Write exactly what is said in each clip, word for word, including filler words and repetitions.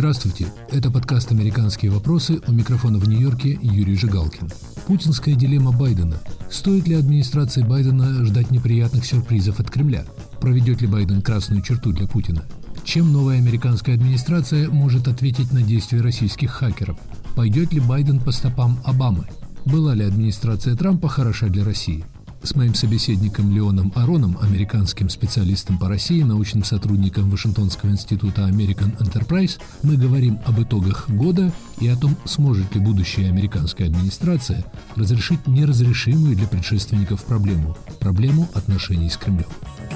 Здравствуйте, это подкаст «Американские вопросы», у микрофона в Нью-Йорке Юрий Жигалкин. Путинская дилемма Байдена. Стоит ли администрации Байдена ждать неприятных сюрпризов от Кремля? Проведет ли Байден красную черту для Путина? Чем новая американская администрация может ответить на действия российских хакеров? Пойдет ли Байден по стопам Обамы? Была ли администрация Трампа хороша для России? С моим собеседником Леоном Ароном, американским специалистом по России, научным сотрудником Вашингтонского института American Enterprise, мы говорим об итогах года и о том, сможет ли будущая американская администрация разрешить неразрешимую для предшественников проблему – проблему отношений с Кремлем.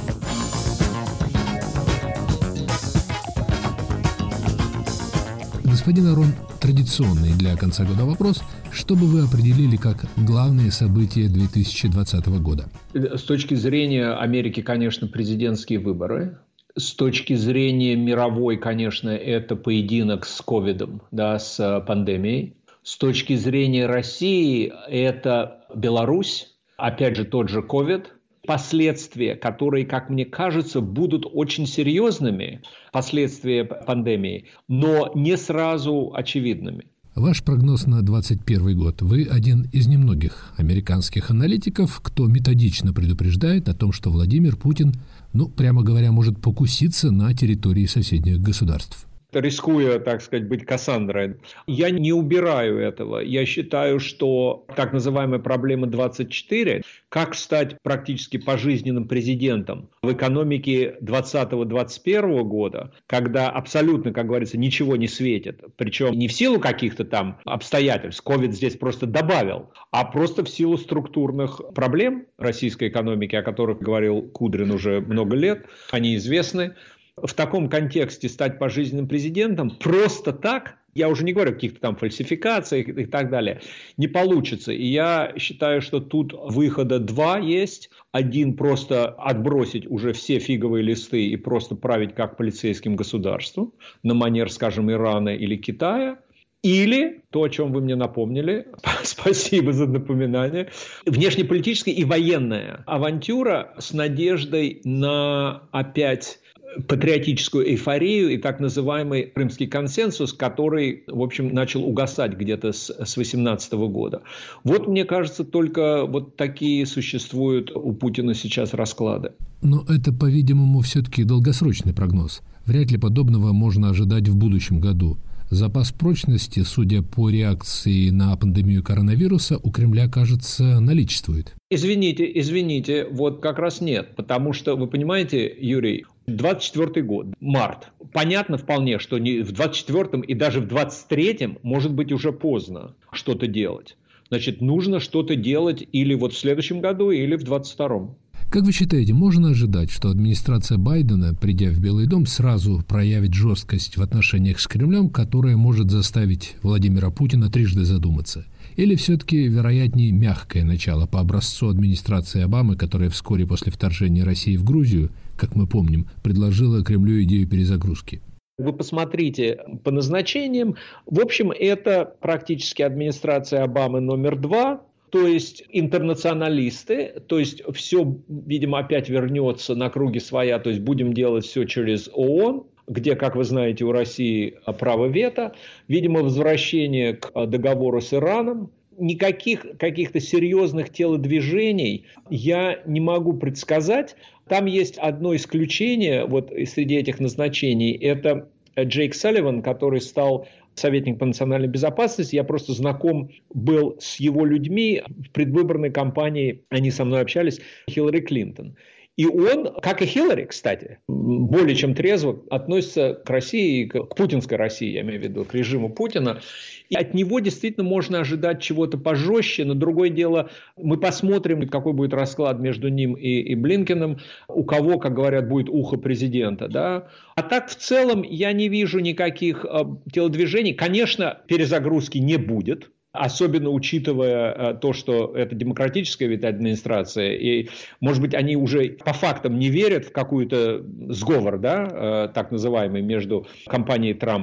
Господин Арон, традиционный для конца года вопрос – что бы вы определили как главные события две тысячи двадцатого года? С точки зрения Америки, конечно, президентские выборы. С точки зрения мировой, конечно, это поединок с ковидом, да, с пандемией. С точки зрения России, это Беларусь, опять же, тот же ковид. Последствия, которые, как мне кажется, будут очень серьезными, последствия пандемии, но не сразу очевидными. Ваш прогноз на двадцать первый год. Вы один из немногих американских аналитиков, кто методично предупреждает о том, что Владимир Путин, ну, прямо говоря, может покуситься на территории соседних государств. Рискуя, так сказать, быть Кассандрой. Я не убираю этого. Я считаю, что так называемая проблема двадцать четыре, как стать практически пожизненным президентом в экономике двадцатого - двадцать первого года, когда абсолютно, как говорится, ничего не светит. Причем не в силу каких-то там обстоятельств, ковид здесь просто добавил, а просто в силу структурных проблем российской экономики, о которых говорил Кудрин уже много лет, они известны. В таком контексте стать пожизненным президентом просто так, я уже не говорю о каких-то там фальсификациях и так далее, не получится. И я считаю, что тут выхода два есть. Один — просто отбросить уже все фиговые листы и просто править как полицейским государством, на манер, скажем, Ирана или Китая. Или то, о чем вы мне напомнили, спасибо за напоминание, внешнеполитическая и военная авантюра с надеждой на опять патриотическую эйфорию и так называемый Крымский консенсус, который, в общем, начал угасать где-то с две тысячи восемнадцатого года. Вот, мне кажется, только вот такие существуют у Путина сейчас расклады. Но это, по-видимому, все-таки долгосрочный прогноз. Вряд ли подобного можно ожидать в будущем году. Запас прочности, судя по реакции на пандемию коронавируса, у Кремля, кажется, наличествует. Извините, извините, вот как раз нет. Потому что, вы понимаете, Юрий, двадцать четвёртый год, март. Понятно вполне, что не в двадцать четвёртом и даже в двадцать третьем может быть уже поздно что-то делать. Значит, нужно что-то делать или вот в следующем году, или в двадцать втором. Как вы считаете, можно ожидать, что администрация Байдена, придя в Белый дом, сразу проявит жесткость в отношениях с Кремлем, которая может заставить Владимира Путина трижды задуматься? Или все-таки, вероятнее, мягкое начало по образцу администрации Обамы, которая вскоре после вторжения России в Грузию, как мы помним, предложила Кремлю идею перезагрузки? Вы посмотрите по назначениям. В общем, это практически администрация Обамы номер два. То есть интернационалисты, то есть все, видимо, опять вернется на круги своя, то есть будем делать все через ООН, где, как вы знаете, у России право вето, видимо, возвращение к договору с Ираном. Никаких каких-то серьезных телодвижений я не могу предсказать. Там есть одно исключение вот среди этих назначений, это Джейк Салливан, который стал советник по национальной безопасности. Я просто знаком был с его людьми в предвыборной кампании, они со мной общались, Хиллари Клинтон. И он, как и Хиллари, кстати, более чем трезво относится к России, к путинской России, я имею в виду, к режиму Путина. И от него действительно можно ожидать чего-то пожестче. Но другое дело, мы посмотрим, какой будет расклад между ним и, и Блинкеном, у кого, как говорят, будет ухо президента. Да? А так, в целом, я не вижу никаких э, телодвижений. Конечно, перезагрузки не будет. Особенно учитывая то, что это демократическая ведь администрация, и, может быть, они уже по фактам не верят в какой-то сговор, да, так называемый, между компанией Трампа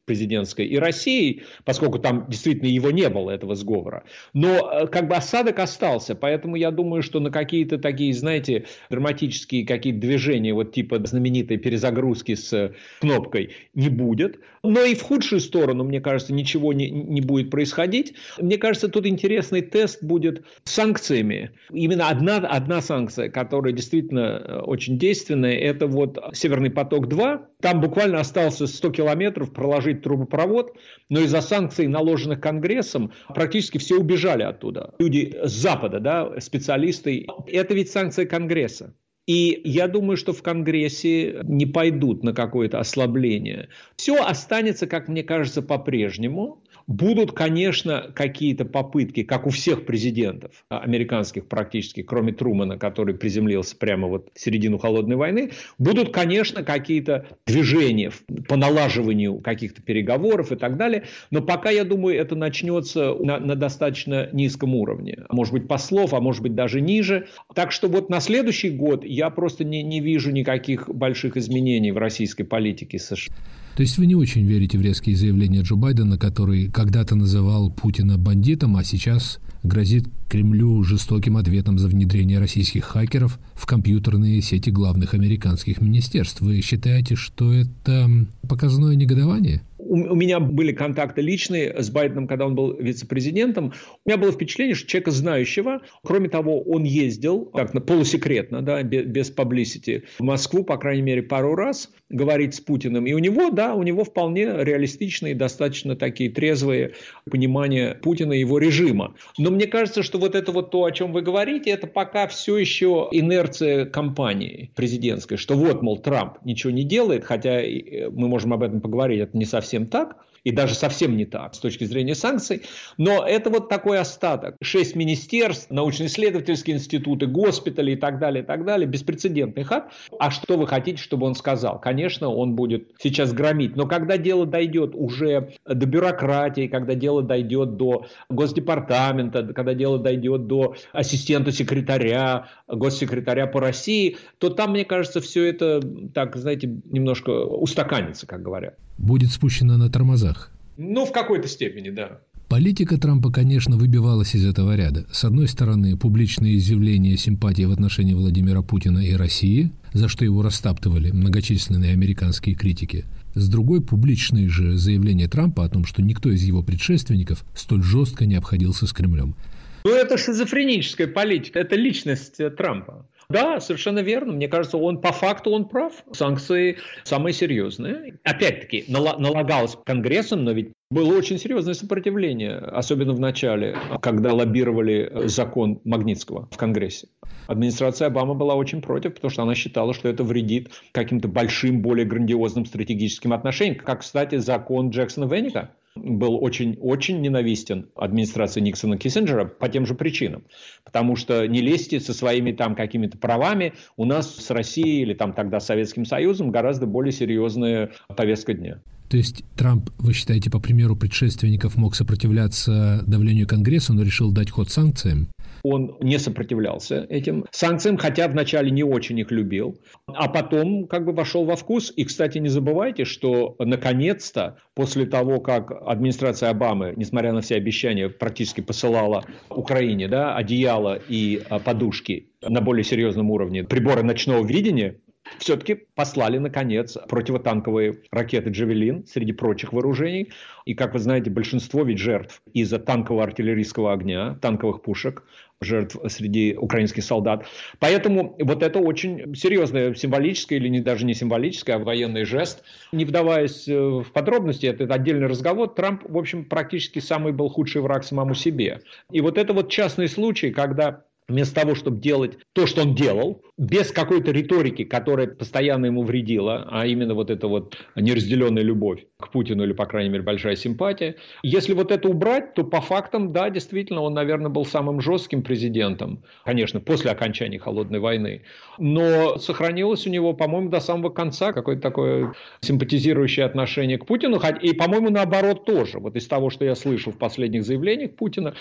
президентской, и Россией, поскольку там действительно его не было, этого сговора. Но как бы осадок остался, поэтому я думаю, что на какие-то такие, знаете, драматические какие-то движения, вот типа знаменитой перезагрузки с кнопкой, не будет. Но и в худшую сторону, мне кажется, ничего не, не будет происходить. Мне кажется, тут интересный тест будет с санкциями. Именно одна, одна санкция, которая действительно очень действенная, это вот «Северный поток-два». Там буквально остался сто километров проложить трубопровод, но из-за санкций, наложенных Конгрессом, практически все убежали оттуда. Люди с Запада, да, специалисты. Это ведь санкции Конгресса. И я думаю, что в Конгрессе не пойдут на какое-то ослабление. Все останется, как мне кажется, по-прежнему. Будут, конечно, какие-то попытки, как у всех президентов американских практически, кроме Трумэна, который приземлился прямо вот в середину холодной войны, будут, конечно, какие-то движения по налаживанию каких-то переговоров и так далее. Но пока, я думаю, это начнется на, на достаточно низком уровне. Может быть, послов, а может быть, даже ниже. Так что вот на следующий год я просто не, не вижу никаких больших изменений в российской политике США. То есть вы не очень верите в резкие заявления Джо Байдена, который когда-то называл Путина бандитом, а сейчас грозит Кремлю жестоким ответом за внедрение российских хакеров в компьютерные сети главных американских министерств. Вы считаете, что это показное негодование? У меня были контакты личные с Байденом, когда он был вице-президентом. У меня было впечатление, что человека знающего. Кроме того, он ездил так, полусекретно, да, без паблисити, в Москву, по крайней мере, пару раз говорить с Путиным. И у него, да, у него вполне реалистичные, достаточно такие трезвые понимания Путина и его режима. Но мне кажется, что вот это вот то, о чем вы говорите, это пока все еще инерция кампании президентской. Что вот, мол, Трамп ничего не делает, хотя мы можем об этом поговорить, это не совсем так, и даже совсем не так с точки зрения санкций, но это вот такой остаток. Шесть министерств, научно-исследовательские институты, госпитали и так далее, и так далее. Беспрецедентный хак. А что вы хотите, чтобы он сказал? Конечно, он будет сейчас громить, но когда дело дойдет уже до бюрократии, когда дело дойдет до Госдепартамента, когда дело дойдет до ассистента секретаря, госсекретаря по России, то там, мне кажется, все это, так, знаете, немножко устаканится, как говорят. Будет спущено на тормозах? Ну, в какой-то степени, да. Политика Трампа, конечно, выбивалась из этого ряда. С одной стороны, публичные изъявления симпатии в отношении Владимира Путина и России, за что его растаптывали многочисленные американские критики. С другой, публичные же заявления Трампа о том, что никто из его предшественников столь жестко не обходился с Кремлем. Ну, это шизофреническая политика, это личность Трампа. Да, совершенно верно. Мне кажется, он по факту он прав. Санкции самые серьезные. Опять-таки, налагалось Конгрессом, но ведь было очень серьезное сопротивление, особенно в начале, когда лоббировали закон Магнитского в Конгрессе. Администрация Обамы была очень против, потому что она считала, что это вредит каким-то большим, более грандиозным стратегическим отношениям. Как, кстати, закон Джексона-Веника был очень-очень ненавистен администрации Никсона-Киссинджера по тем же причинам. Потому что не лезьте со своими там какими-то правами. У нас с Россией или там тогда Советским Союзом гораздо более серьезная повестка дня. То есть Трамп, вы считаете, по примеру предшественников, мог сопротивляться давлению Конгресса, но решил дать ход санкциям? Он не сопротивлялся этим санкциям, хотя вначале не очень их любил, а потом как бы вошел во вкус. И, кстати, не забывайте, что наконец-то после того, как администрация Обамы, несмотря на все обещания, практически посылала Украине, да, одеяло и подушки на более серьезном уровне, приборы ночного видения, все-таки послали, наконец, противотанковые ракеты «Джавелин» среди прочих вооружений. И, как вы знаете, большинство ведь жертв из-за танкового артиллерийского огня, танковых пушек, жертв среди украинских солдат. Поэтому вот это очень серьезное символическое или не, даже не символическое, а военный жест. Не вдаваясь в подробности, это отдельный разговор, Трамп, в общем, практически самый был худший враг самому себе. И вот это вот частный случай, когда вместо того, чтобы делать то, что он делал, без какой-то риторики, которая постоянно ему вредила, а именно вот эта вот неразделенная любовь к Путину или, по крайней мере, большая симпатия. Если вот это убрать, то по фактам, да, действительно, он, наверное, был самым жестким президентом, конечно, после окончания Холодной войны. Но сохранилось у него, по-моему, до самого конца какое-то такое симпатизирующее отношение к Путину. И, по-моему, наоборот тоже. Вот из того, что я слышал в последних заявлениях Путина,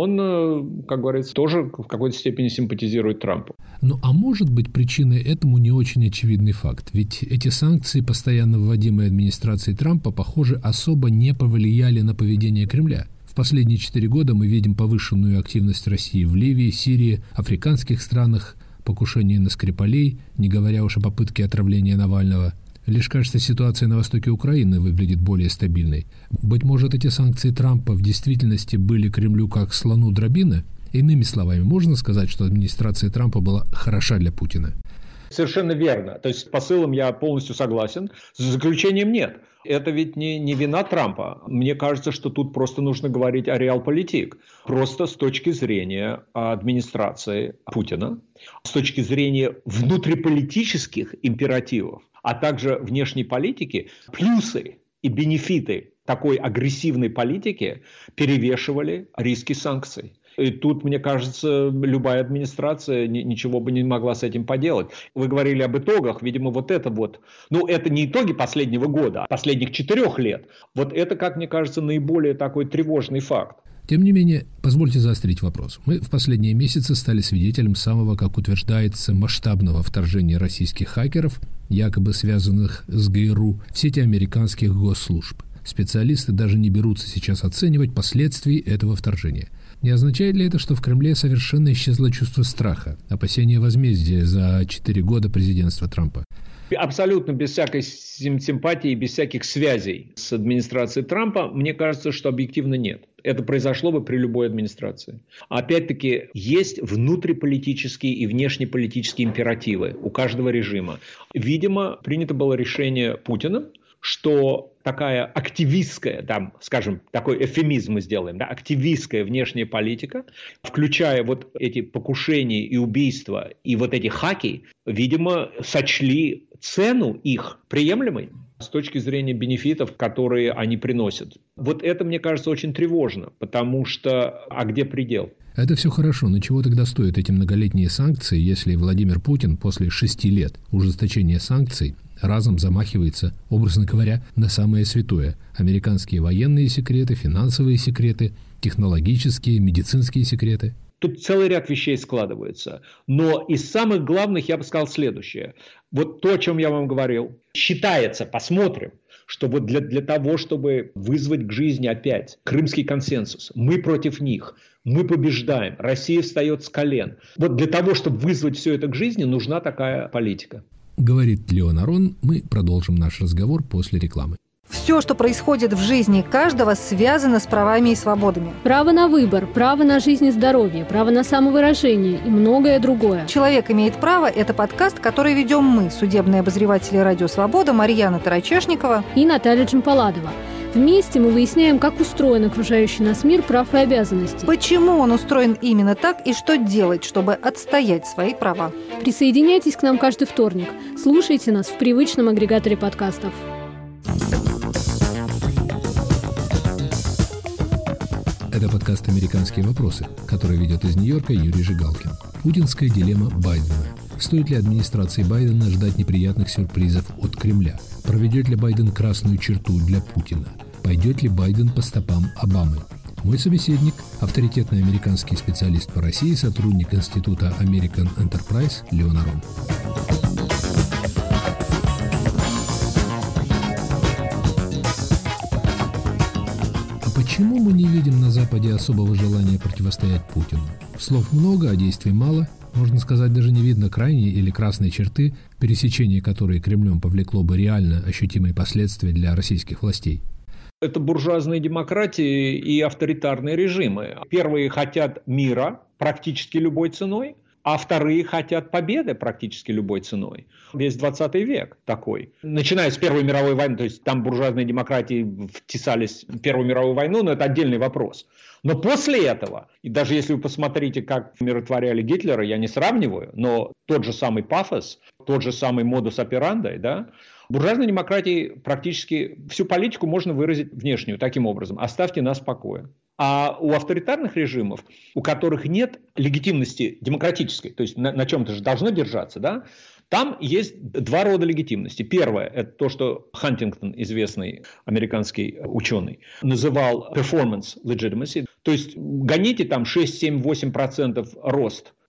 он, как говорится, тоже в какой-то степени симпатизирует Трампу. Ну, а может быть причиной этому не очень очевидный факт? Ведь эти санкции, постоянно вводимые администрацией Трампа, Трампа, похоже, особо не повлияли на поведение Кремля. В последние четыре года мы видим повышенную активность России в Ливии, Сирии, африканских странах, покушение на Скрипалей, не говоря уж о попытке отравления Навального. Лишь, кажется, ситуация на востоке Украины выглядит более стабильной. Быть может, эти санкции Трампа в действительности были Кремлю как слону дробина? Иными словами, можно сказать, что администрация Трампа была хороша для Путина? Совершенно верно. То есть с посылом я полностью согласен. С заключением нет. Это ведь не, не вина Трампа. Мне кажется, что тут просто нужно говорить о реалполитик. Просто с точки зрения администрации Путина, с точки зрения внутриполитических императивов, а также внешней политики, плюсы и бенефиты такой агрессивной политики перевешивали риски санкций. И тут, мне кажется, любая администрация ничего бы не могла с этим поделать. Вы говорили об итогах, видимо, вот это вот, ну, это не итоги последнего года, а последних четырех лет. Вот это, как мне кажется, наиболее такой тревожный факт. Тем не менее, позвольте заострить вопрос. Мы в последние месяцы стали свидетелем самого, как утверждается, масштабного вторжения российских хакеров, якобы связанных с ГРУ, в сети американских госслужб. Специалисты даже не берутся сейчас оценивать последствий этого вторжения. Не означает ли это, что в Кремле совершенно исчезло чувство страха, опасения возмездия за четыре года президентства Трампа? Абсолютно без всякой симпатии, без всяких связей с администрацией Трампа, мне кажется, что объективно нет. Это произошло бы при любой администрации. Опять-таки, есть внутриполитические и внешнеполитические императивы у каждого режима. Видимо, принято было решение Путина, что такая активистская, там, скажем, такой эвфемизм мы сделаем, да, активистская внешняя политика, включая вот эти покушения и убийства, и вот эти хаки, видимо, сочли цену их приемлемой с точки зрения бенефитов, которые они приносят. Вот это, мне кажется, очень тревожно, потому что, а где предел? Это все хорошо, но чего тогда стоят эти многолетние санкции, если Владимир Путин после шести лет ужесточения санкций разом замахивается, образно говоря, на самое святое – американские военные секреты, финансовые секреты, технологические, медицинские секреты? Тут целый ряд вещей складывается. Но из самых главных я бы сказал следующее. Вот то, о чем я вам говорил, считается, посмотрим, что вот для, для того, чтобы вызвать к жизни опять Крымский консенсус, мы против них, мы побеждаем, Россия встает с колен. Вот для того, чтобы вызвать все это к жизни, нужна такая политика. Говорит Леон Арон. Мы продолжим наш разговор после рекламы. Все, что происходит в жизни каждого, связано с правами и свободами. Право на выбор, право на жизнь и здоровье, право на самовыражение и многое другое. «Человек имеет право» – это подкаст, который ведем мы, судебные обозреватели «Радио Свобода» Марьяна Тарачешникова и Наталья Джампаладова. Вместе мы выясняем, как устроен окружающий нас мир прав и обязанностей. Почему он устроен именно так и что делать, чтобы отстоять свои права. Присоединяйтесь к нам каждый вторник. Слушайте нас в привычном агрегаторе подкастов. Это подкаст «Американские вопросы», который ведет из Нью-Йорка Юрий Жигалкин. Путинская дилемма Байдена. Стоит ли администрации Байдена ждать неприятных сюрпризов от Кремля? Проведет ли Байден красную черту для Путина? Пойдет ли Байден по стопам Обамы? Мой собеседник – авторитетный американский специалист по России, сотрудник Института American Enterprise Леон Арон. Почему мы не видим на Западе особого желания противостоять Путину? Слов много, а действий мало. Можно сказать, даже не видно крайней или красной черты, пересечение которой Кремлем повлекло бы реально ощутимые последствия для российских властей. Это буржуазные демократии и авторитарные режимы. Первые хотят мира практически любой ценой, а вторые хотят победы практически любой ценой. Весь двадцатый век такой. Начиная с Первой мировой войны, то есть там буржуазные демократии втесались в Первую мировую войну, но это отдельный вопрос. Но после этого, и даже если вы посмотрите, как миротворяли Гитлера, я не сравниваю, но тот же самый пафос, тот же самый модус операнди, да, буржуазной демократии практически всю политику можно выразить внешнюю таким образом. Оставьте нас в покое. А у авторитарных режимов, у которых нет легитимности демократической, то есть на, на чем-то же должно держаться, да, там есть два рода легитимности. Первое – это то, что Хантингтон, известный американский ученый, называл performance legitimacy. То есть гоните там шесть, семь, восемь процентов рост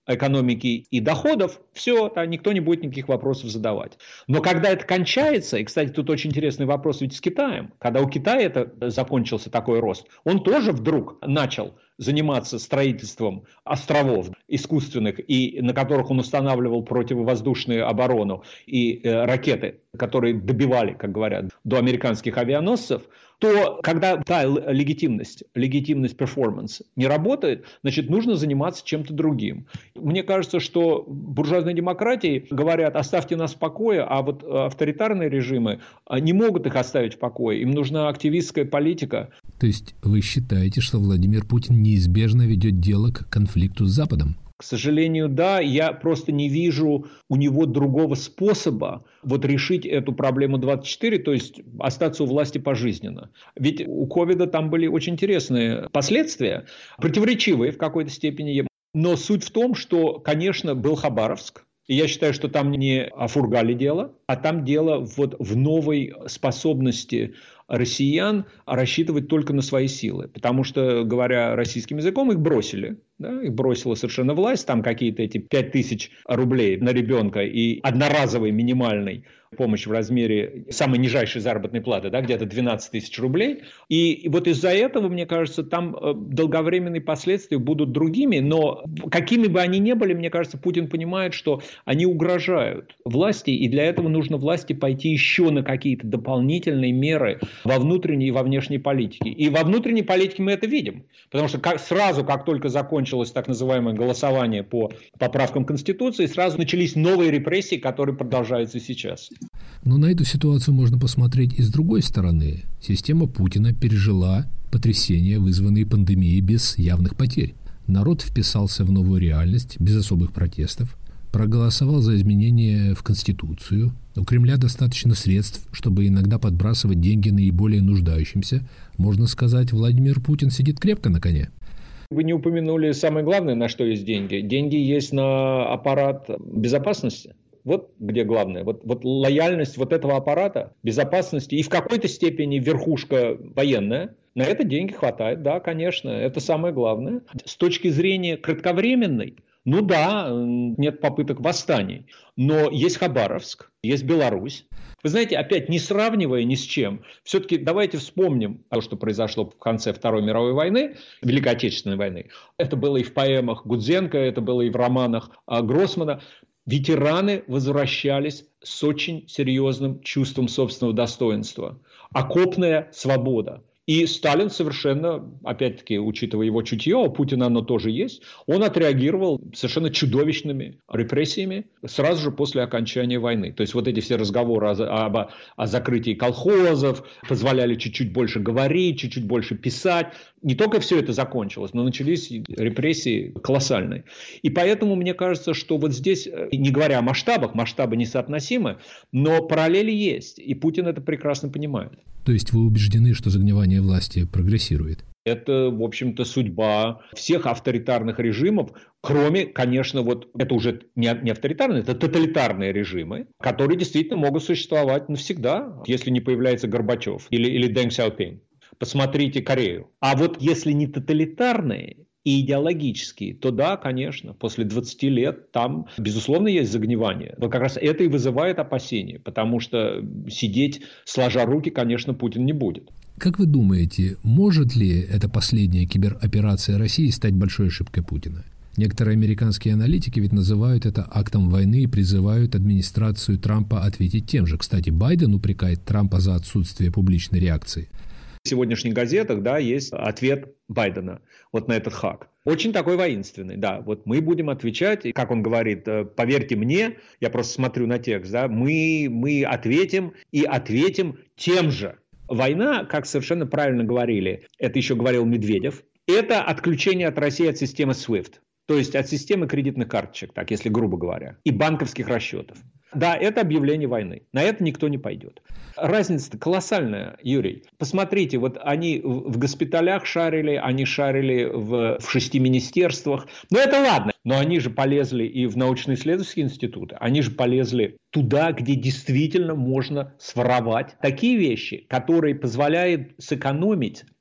экономики и доходов, все, да, никто не будет никаких вопросов задавать. Но когда это кончается, и, кстати, тут очень интересный вопрос ведь с Китаем, когда у Китая это закончился такой рост, он тоже вдруг начал заниматься строительством островов искусственных, и на которых он устанавливал противовоздушную оборону и э, ракеты, которые добивали, как говорят, до американских авианосцев, то когда та легитимность, легитимность перформанс не работает, значит, нужно заниматься чем-то другим. Мне кажется, что буржуазные демократии говорят, оставьте нас в покое, а вот авторитарные режимы не могут их оставить в покое. Им нужна активистская политика. То есть вы считаете, что Владимир Путин неизбежно ведет дело к конфликту с Западом? К сожалению, да, я просто не вижу у него другого способа вот решить эту проблему двадцать четыре, то есть остаться у власти пожизненно. Ведь у ковида там были очень интересные последствия, противоречивые в какой-то степени. Но суть в том, что, конечно, был Хабаровск. И я считаю, что там не о Фургале дело, а там дело вот в новой способности россиян рассчитывать только на свои силы. Потому что, говоря российским языком, их бросили. Да, их бросила совершенно власть. Там какие-то эти пять тысяч рублей на ребенка и одноразовый минимальный помощь в размере самой нижайшей заработной платы, да, где-то двенадцать тысяч рублей. И, и вот из-за этого, мне кажется, там долговременные последствия будут другими. Но какими бы они ни были, мне кажется, Путин понимает, что они угрожают власти. И для этого нужно власти пойти еще на какие-то дополнительные меры во внутренней и во внешней политике. И во внутренней политике мы это видим. Потому что как, сразу, как только закончилось так называемое голосование по поправкам Конституции, сразу начались новые репрессии, которые продолжаются сейчас. Но на эту ситуацию можно посмотреть и с другой стороны. Система Путина пережила потрясения, вызванные пандемией, без явных потерь. Народ вписался в новую реальность без особых протестов, проголосовал за изменения в Конституцию. У Кремля достаточно средств, чтобы иногда подбрасывать деньги наиболее нуждающимся. Можно сказать, Владимир Путин сидит крепко на коне. Вы не упомянули самое главное, на что есть деньги. Деньги есть на аппарат безопасности. Вот где главное. Вот, вот лояльность вот этого аппарата безопасности и в какой-то степени верхушка военная. На это деньги хватает, да, конечно. Это самое главное. С точки зрения кратковременной, ну да, нет попыток восстаний. Но есть Хабаровск, есть Беларусь. Вы знаете, опять не сравнивая ни с чем, все-таки давайте вспомним то, что произошло в конце Второй мировой войны, Великой Отечественной войны. Это было и в поэмах Гудзенко, это было и в романах Гроссмана. Ветераны возвращались с очень серьезным чувством собственного достоинства. Окопная свобода. И Сталин совершенно, опять-таки, учитывая его чутье, у Путина оно тоже есть, он отреагировал совершенно чудовищными репрессиями сразу же после окончания войны. То есть вот эти все разговоры о, о, о закрытии колхозов позволяли чуть-чуть больше говорить, чуть-чуть больше писать. Не только все это закончилось, но начались репрессии колоссальные. И поэтому мне кажется, что вот здесь, не говоря о масштабах, масштабы несоотносимы, но параллели есть. И Путин это прекрасно понимает. То есть вы убеждены, что загнивание власти прогрессирует? Это, в общем-то, судьба всех авторитарных режимов, кроме, конечно, вот это уже не авторитарные, это тоталитарные режимы, которые действительно могут существовать навсегда, если не появляется Горбачев или, или Дэн Сяопин. Посмотрите Корею. А вот если не тоталитарные и идеологические, то да, конечно, после двадцати лет там, безусловно, есть загнивание. Но как раз это и вызывает опасения, потому что сидеть сложа руки, конечно, Путин не будет. Как вы думаете, может ли эта последняя кибероперация России стать большой ошибкой Путина? Некоторые американские аналитики ведь называют это актом войны и призывают администрацию Трампа ответить тем же. Кстати, Байден упрекает Трампа за отсутствие публичной реакции. В сегодняшних газетах, да, есть ответ Байдена вот на этот хак. Очень такой воинственный, да. Вот мы будем отвечать, и как он говорит, поверьте мне, я просто смотрю на текст, да, мы, мы ответим и ответим тем же. Война, как совершенно правильно говорили, это еще говорил Медведев, это отключение от России от системы свифт, то есть от системы кредитных карточек, так если грубо говоря, и банковских расчетов. Да, это объявление войны. На это никто не пойдет. Разница-то колоссальная, Юрий. Посмотрите, вот они в госпиталях шарили, они шарили в, в шести министерствах. Ну, это ладно. Но они же полезли и в научно-исследовательские институты. Они же полезли туда, где действительно можно своровать такие вещи, которые позволяют сэкономить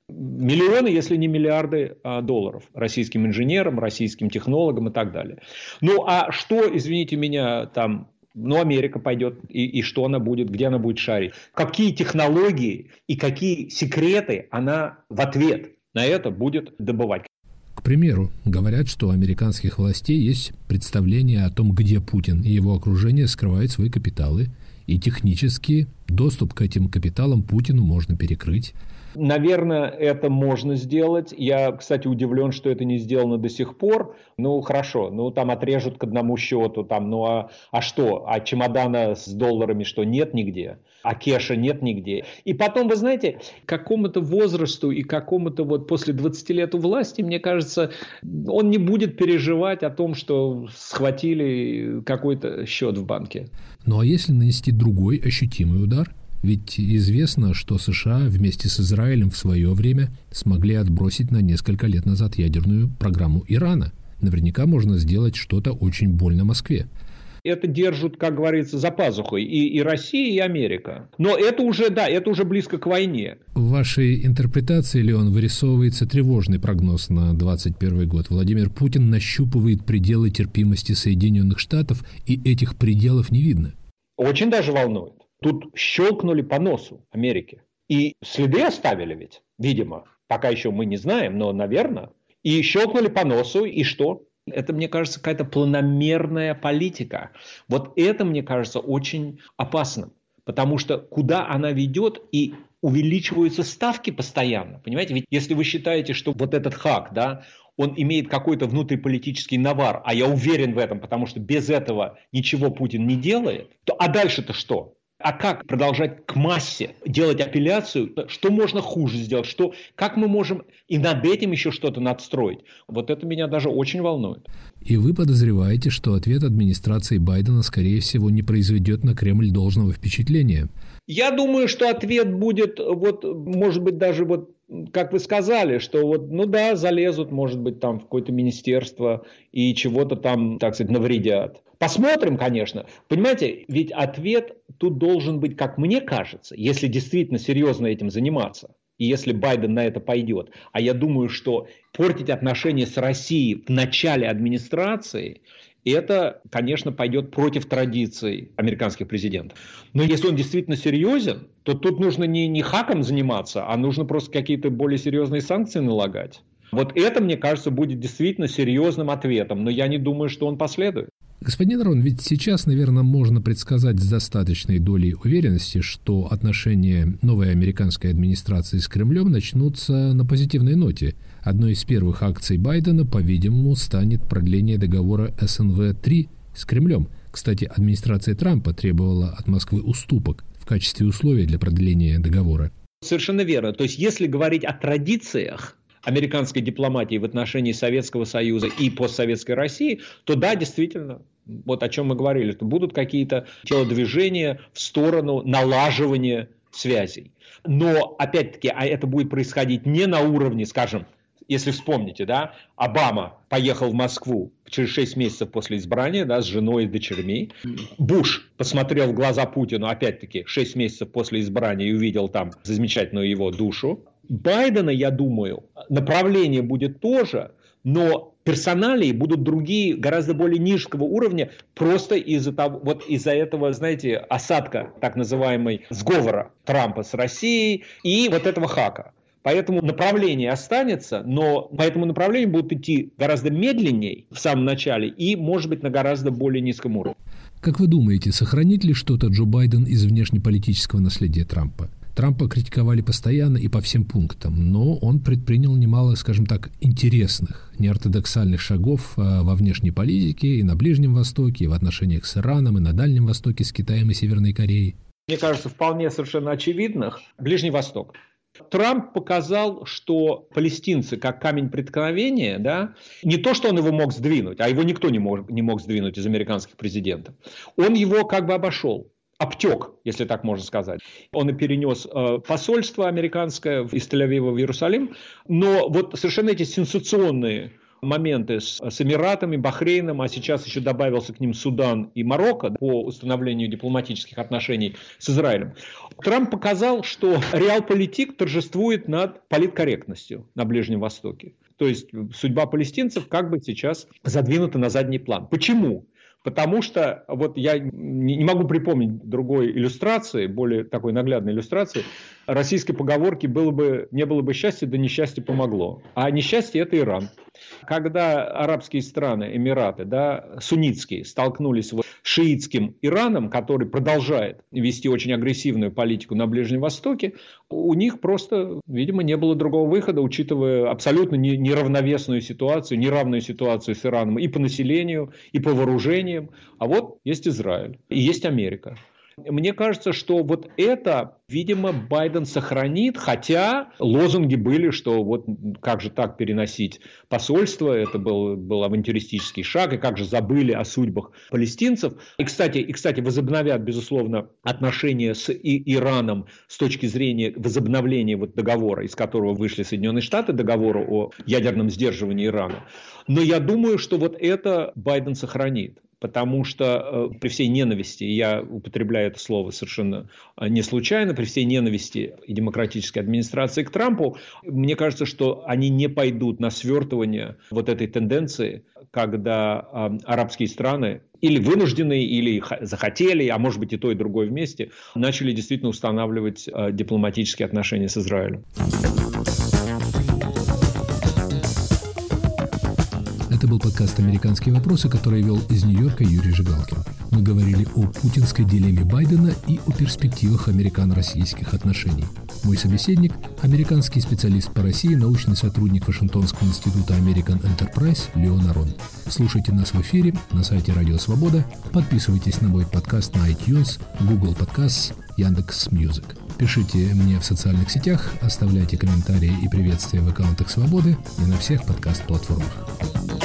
Миллионы, если не миллиарды долларов российским инженерам, российским технологам и так далее. Ну, а что, извините меня, там... Ну, Америка пойдет, и, и что она будет, где она будет шарить. Какие технологии и какие секреты она в ответ на это будет добывать. К примеру, говорят, что у американских властей есть представление о том, где Путин и его окружение скрывают свои капиталы, и технически доступ к этим капиталам Путину можно перекрыть. Наверное, это можно сделать. Я, кстати, удивлен, что это не сделано до сих пор. Ну, хорошо, ну там отрежут к одному счету, там, ну а, а что? А чемодана с долларами что, нет нигде? А кеша нет нигде? И потом, вы знаете, к какому-то возрасту и какому-то вот после двадцати лет у власти, мне кажется, он не будет переживать о том, что схватили какой-то счет в банке. Ну а если нанести другой ощутимый удар? Ведь известно, что США вместе с Израилем в свое время смогли отбросить на несколько лет назад ядерную программу Ирана. Наверняка можно сделать что-то очень больно Москве. Это держат, как говорится, за пазухой и, и Россия, и Америка. Но это уже, да, это уже близко к войне. В вашей интерпретации, Леон, вырисовывается тревожный прогноз на двадцать первый год. Владимир Путин нащупывает пределы терпимости Соединенных Штатов, и этих пределов не видно. Очень даже волнует. Тут щелкнули по носу Америки. И следы оставили ведь, видимо. Пока еще мы не знаем, но, наверное. И щелкнули по носу, и что? Это, мне кажется, какая-то планомерная политика. Вот это, мне кажется, очень опасным. Потому что куда она ведет, и увеличиваются ставки постоянно. Понимаете, ведь если вы считаете, что вот этот хак, да, он имеет какой-то внутриполитический навар, а я уверен в этом, потому что без этого ничего Путин не делает, то а дальше-то что? А как продолжать к массе делать апелляцию? Что можно хуже сделать? Что, как мы можем и над этим еще что-то надстроить? Вот это меня даже очень волнует. И вы подозреваете, что ответ администрации Байдена, скорее всего, не произведет на Кремль должного впечатления? Я думаю, что ответ будет, вот, может быть, даже вот, как вы сказали, что вот, ну да, залезут, может быть, там в какое-то министерство и чего-то там, так сказать, навредят. Посмотрим, конечно. Понимаете, ведь ответ тут должен быть, как мне кажется, если действительно серьезно этим заниматься, и если Байден на это пойдет. А я думаю, что портить отношения с Россией в начале администрации, это, конечно, пойдет против традиций американских президентов. Но если он действительно серьезен, то тут нужно не, не хаком заниматься, а нужно просто какие-то более серьезные санкции налагать. Вот это, мне кажется, будет действительно серьезным ответом, но я не думаю, что он последует. Господин Арон, ведь сейчас, наверное, можно предсказать с достаточной долей уверенности, что отношения новой американской администрации с Кремлем начнутся на позитивной ноте. Одной из первых акций Байдена, по-видимому, станет продление договора эс эн вэ три с Кремлем. Кстати, администрация Трампа требовала от Москвы уступок в качестве условия для продления договора. Совершенно верно. То есть, если говорить о традициях американской дипломатии в отношении Советского Союза и постсоветской России, то да, действительно, вот о чем мы говорили, что будут какие-то телодвижения в сторону налаживания связей. Но, опять-таки, а это будет происходить не на уровне, скажем, если вспомните, да, Обама поехал в Москву через шесть месяцев после избрания, да, с женой и дочерьми. Буш посмотрел в глаза Путину, опять-таки, шесть месяцев после избрания и увидел там замечательную его душу. Байдена, я думаю, направление будет тоже, но персоналии будут другие, гораздо более низкого уровня, просто из-за того, вот из-за этого, знаете, осадка, так называемой, сговора Трампа с Россией и вот этого хака. Поэтому направление останется, но по этому направлению будут идти гораздо медленнее в самом начале и, может быть, на гораздо более низком уровне. Как вы думаете, сохранит ли что-то Джо Байден из внешнеполитического наследия Трампа? Трампа критиковали постоянно и по всем пунктам, но он предпринял немало, скажем так, интересных, неортодоксальных шагов во внешней политике и на Ближнем Востоке, и в отношениях с Ираном, и на Дальнем Востоке с Китаем и Северной Кореей. Мне кажется, вполне совершенно очевидных. Ближний Восток. Трамп показал, что палестинцы как камень преткновения, да, не то, что он его мог сдвинуть, а его никто не мог, не мог сдвинуть из американских президентов. Он его как бы обошел. Обтек, если так можно сказать. Он и перенес э, посольство американское из Тель-Авива в Иерусалим. Но вот совершенно эти сенсационные моменты с, с Эмиратами, Бахрейном, а сейчас еще добавился к ним Судан и Марокко по установлению дипломатических отношений с Израилем. Трамп показал, что реалполитик торжествует над политкорректностью на Ближнем Востоке. То есть судьба палестинцев как бы сейчас задвинута на задний план. Почему? Потому что вот я не могу припомнить другой иллюстрации, более такой наглядной иллюстрации, российской поговорки было бы, не было бы счастья, да несчастье помогло. А несчастье – это Иран. Когда арабские страны, Эмираты, да, суннитские, столкнулись с шиитским Ираном, который продолжает вести очень агрессивную политику на Ближнем Востоке, у них просто, видимо, не было другого выхода, учитывая абсолютно неравновесную ситуацию, неравную ситуацию с Ираном и по населению, и по вооружениям. А вот есть Израиль и есть Америка. Мне кажется, что вот это, видимо, Байден сохранит, хотя лозунги были, что вот как же так переносить посольство, это был, был авантюристический шаг, и как же забыли о судьбах палестинцев. И, кстати, и, кстати возобновят, безусловно, отношения с и Ираном с точки зрения возобновления вот договора, из которого вышли Соединенные Штаты, договора о ядерном сдерживании Ирана. Но я думаю, что вот это Байден сохранит. Потому что э, при всей ненависти, я употребляю это слово совершенно не случайно, при всей ненависти и демократической администрации к Трампу, мне кажется, что они не пойдут на свертывание вот этой тенденции, когда э, арабские страны или вынужденные, или захотели, а может быть и то, и другое вместе, начали действительно устанавливать э, дипломатические отношения с Израилем. Это был подкаст «Американские вопросы», который вел из Нью-Йорка Юрий Жигалкин. Мы говорили о путинской дилемме Байдена и о перспективах американо-российских отношений. Мой собеседник – американский специалист по России, научный сотрудник Вашингтонского института American Enterprise Леон Арон. Слушайте нас в эфире на сайте Радио Свобода, подписывайтесь на мой подкаст на iTunes, Google Podcasts, Яндекс.Мьюзик. Пишите мне в социальных сетях, оставляйте комментарии и приветствия в аккаунтах Свободы и на всех подкаст-платформах.